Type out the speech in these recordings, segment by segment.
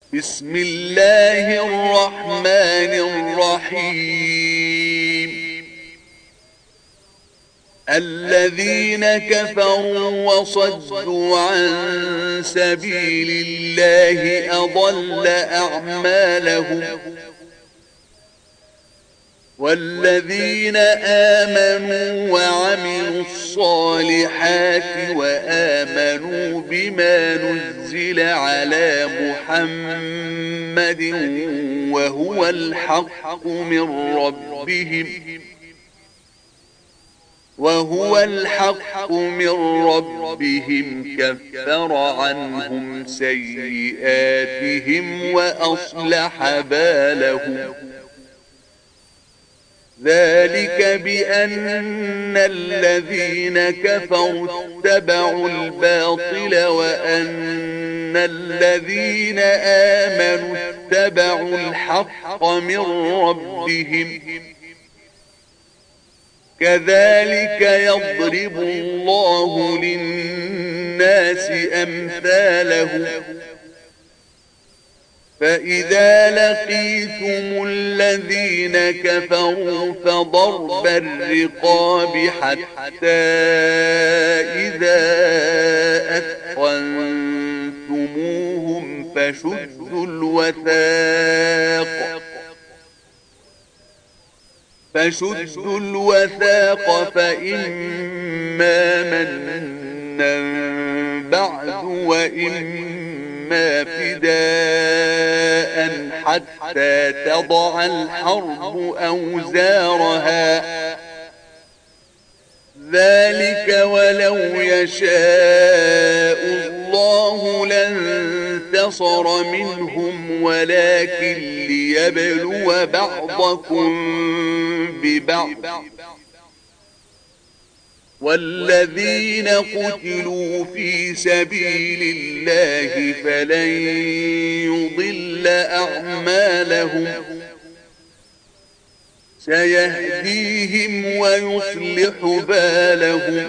بسم الله الرحمن الرحيم الذين كفروا وصدوا عن سبيل الله أضل أعمالهم والذين آمنوا وعملوا الصالحات وآمنوا بما نزل على محمد وهو الحق من ربهم كفر عنهم سيئاتهم وأصلح بالهم ذلك بأن الذين كفروا اتبعوا الباطل وأن الذين آمنوا اتبعوا الحق من ربهم كذلك يضرب الله للناس أمثالهم فإذا لقيتم الذين كفروا فضرب الرقاب حتى إذا أثخنتموهم فشدوا الوثاق فإما منا بعد وإما فداء حتى تضع الحرب أوزارها ذلك ولو يشاء الله لانتصر منهم ولكن ليبلو بعضكم ببعض والذين قتلوا في سبيل الله فلن يضل أعمالهم سيهديهم ويصلح بالهم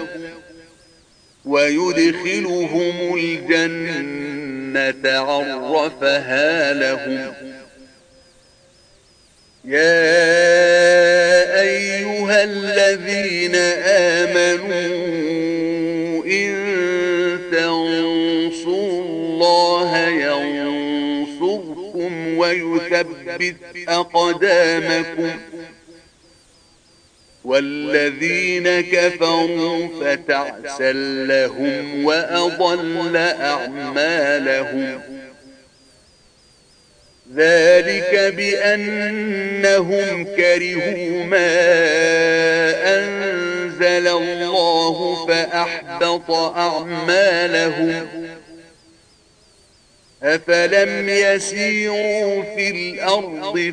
ويدخلهم الجنة عرفها لهم يا أيها الذين آمنوا إن تنصروا الله ينصركم ويثبت أقدامكم والذين كفروا فتعسا لهم وأضل أعمالهم ذلك بأنهم كرهوا ما أنزل الله فأحبط أعمالهم أفلم يسيروا في الأرض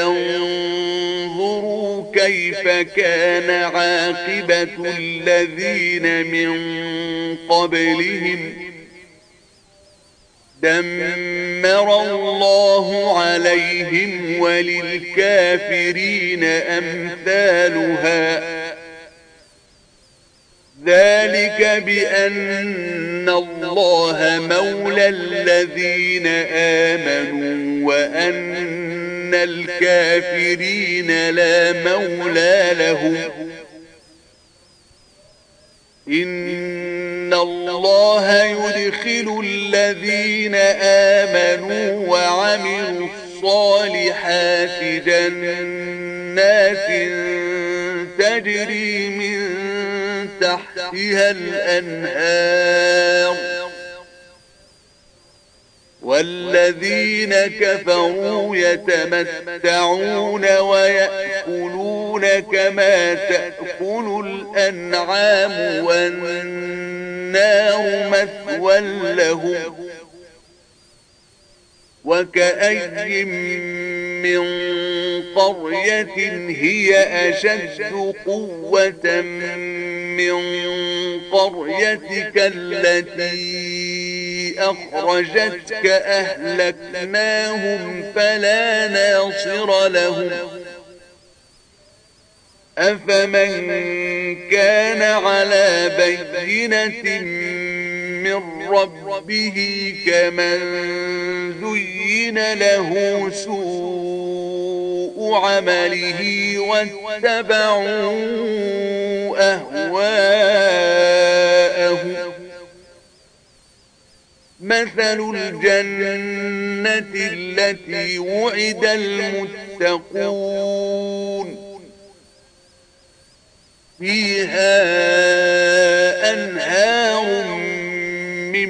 فينظروا كيف كان عاقبة الذين من قبلهم دمر الله عليهم وللكافرين أمثالها ذلك بأن الله مولى الذين آمنوا وأن الكافرين لا مولى لهم إن الله يدخل الذين آمنوا وعملوا الصالحات جنات تجري من تحتها الأنهار والذين كفروا يتمتعون ويأكلون كما تأكل الأنعام والنار مثوى لهم وكأي من قرية هي أشد قوة من قريتك التي أخرجتك أهلكناهم فلا ناصر لهم أفمن كان على بينة من من ربه كمن زين له سوء عمله واتبعوا أهواءهم مثل الجنة التي وعد المتقون فيها أنهار من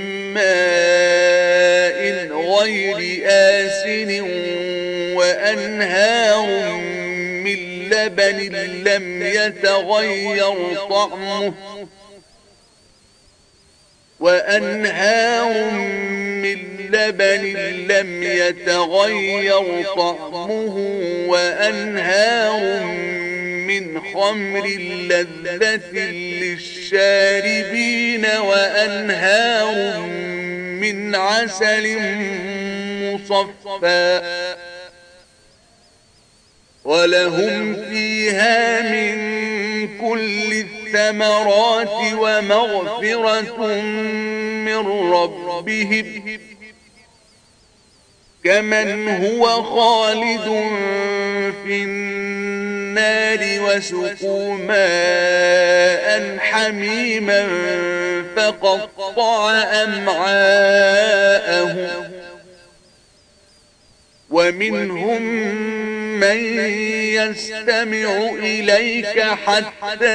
ماء غير آسن وأنهار من لبن لم يتغير طعمه وأنهار من لبن لم يتغير طعمه وأنهار من خمر لذة للشاربين وأنهار من عسل مصفى ولهم فيها من كل الثمرات ومغفرة من ربهم كمن هو خالد في النار وسقوا ماء حميما فقطع أمعاءهم ومنهم من يستمع إليك حتى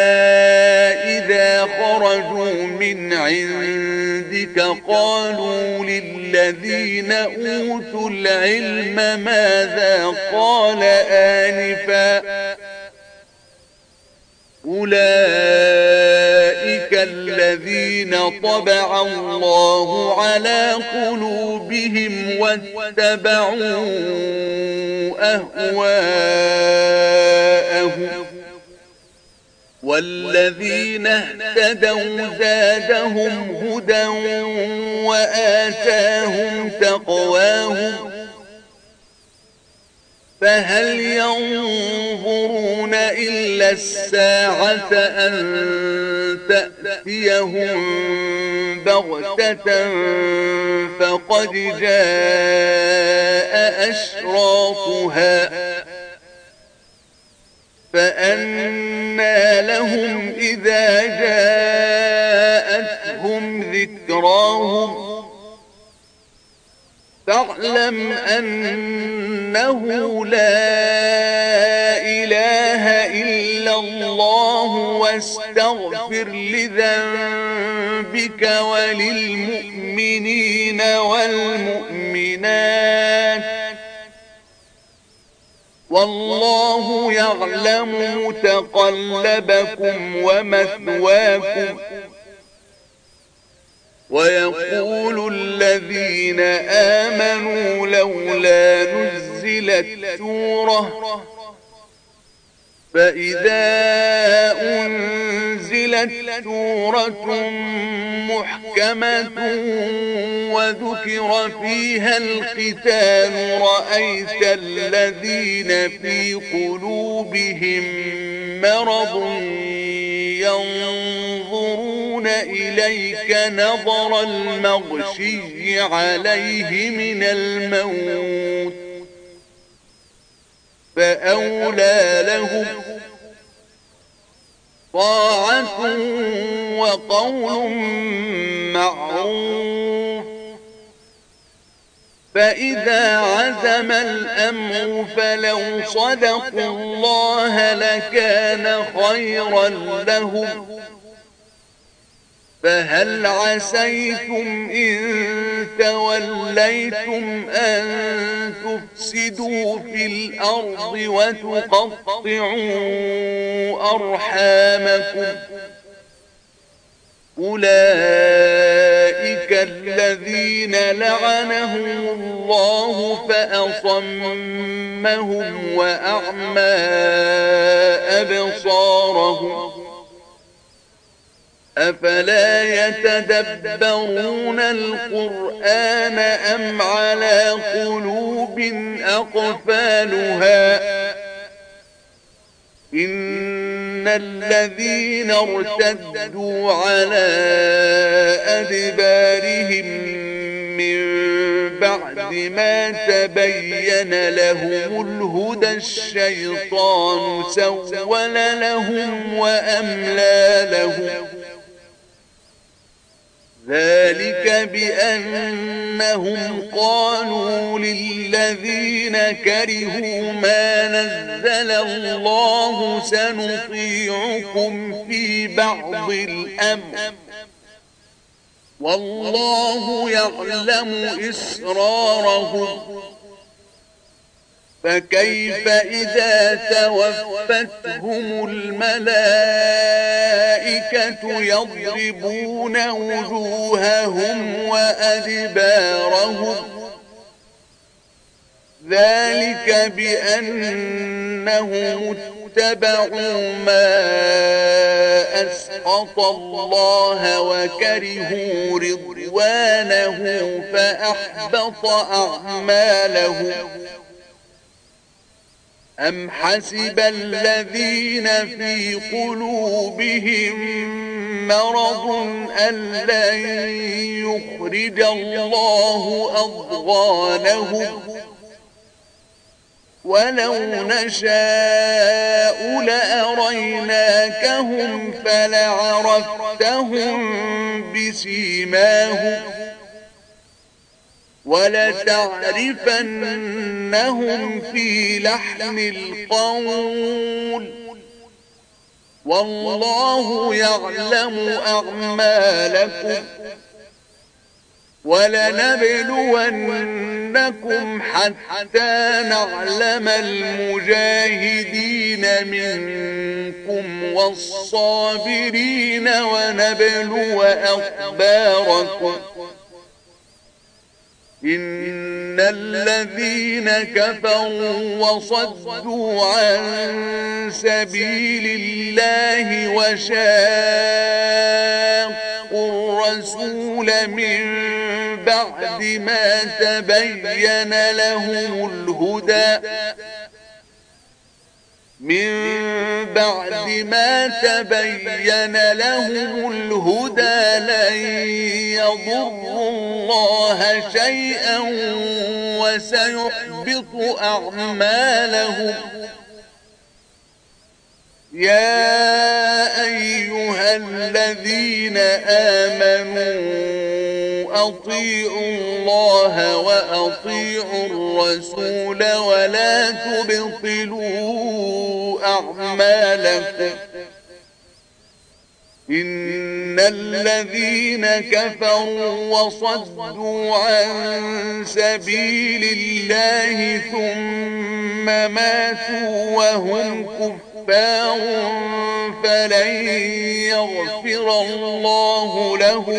إذا خرجوا من عندك قالوا للذين أوتوا العلم ماذا قال آنفا أولئك الذين طبع الله على قلوبهم واتبعوا أهواءهم والذين اهتدوا زادهم هدى وآتاهم تقواهم فهل ينظرون إلا الساعة أن تأتيهم بغتة فقد جاء أشراطها فأنى لهم إذا جاءتهم ذكراهم فاعلم أنه لا إله إلا الله واستغفر لذنبك وللمؤمنين والمؤمنات والله يعلم متقلبكم ومثواكم ويقول الذين آمنوا لولا نزلت سورة فإذا أنزلت سورة محكمة وذكر فيها القتال رأيت الذين في قلوبهم مرض ينظرون إليك نظر المغشي عليه من الموت فأولى لهم طاعة وقول معروف فإذا عزم الأمر فلو صدقوا الله لكان خيرا لهم فهل عسيتم إن توليتم أن تفسدوا في الأرض وتقطعوا أرحامكم أولئك الذين لعنهم الله فأصمهم وأعمى أبصارهم أفلا يتدبرون القرآن أم على قلوب أقفالها إن الذين ارتدوا على أدبارهم من بعد ما تبين لهم الهدى الشيطان سول لهم وأملى لهم ذلك بأنهم قالوا للذين كرهوا ما نزل الله سنطيعكم في بعض الأمر والله يعلم إسرارهم فكيف إذا توفتهم الملائكة يضربون وجوههم وأدبارهم ذلك بأنهم اتبعوا ما أسخط الله وكرهوا رضوانه فأحبط أعمالهم أم حسب الذين في قلوبهم مرض أن لن يخرج الله أضغانهم ولو نشاء لأريناكهم فلعرفتهم بسيماهم ولتعرفنهم في لحن القول والله يعلم أعمالكم ولنبلونكم حتى نعلم المجاهدين منكم والصابرين ونبلو أخباركم إن الذين كفروا وصدوا عن سبيل الله وشاقوا الرسول من بعد ما تبين لهم الهدى لن يضروا الله شيئا وسيحبط أعمالهم يا أيها الذين آمنوا أطيعوا الله وأطيعوا الرسول ولا تبطلوا أعمالكم إن الذين كفروا وصدوا عن سبيل الله ثم ماتوا وهم كفار فلن يغفر الله لهم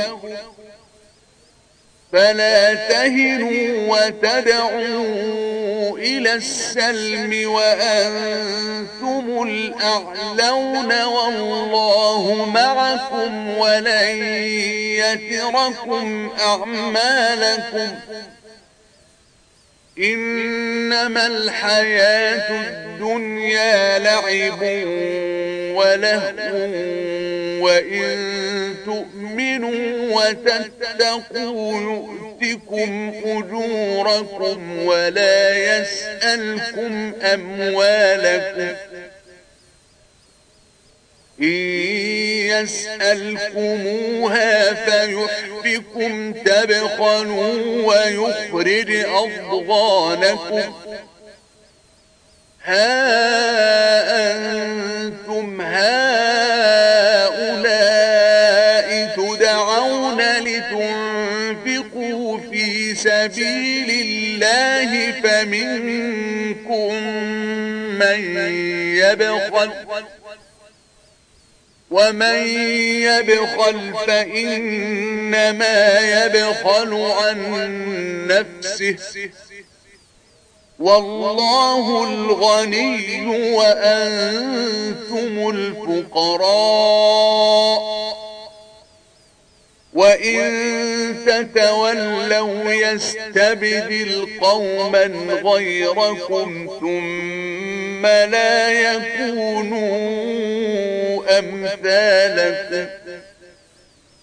فلا تهنوا وتدعوا إلى السلم وأنتم الأعلون والله معكم ولن يتركم أعمالكم إنما الحياة الدنيا لعب ولهو وإن تؤمنوا وتتقوا يؤتكم أجوركم ولا يسألكم أموالكم إن يسألكموها فيحفكم تبخلوا ويخرج أضغانكم ها أنتم هؤلاء تدعون لتنفقوا في سبيل الله فمنكم من يبخل ومن يبخل فإنما يبخل عن نفسه والله الغني وأنتم الفقراء وإن تتولوا يستبدل قوما غيركم ثم لا يكونوا أمثالكم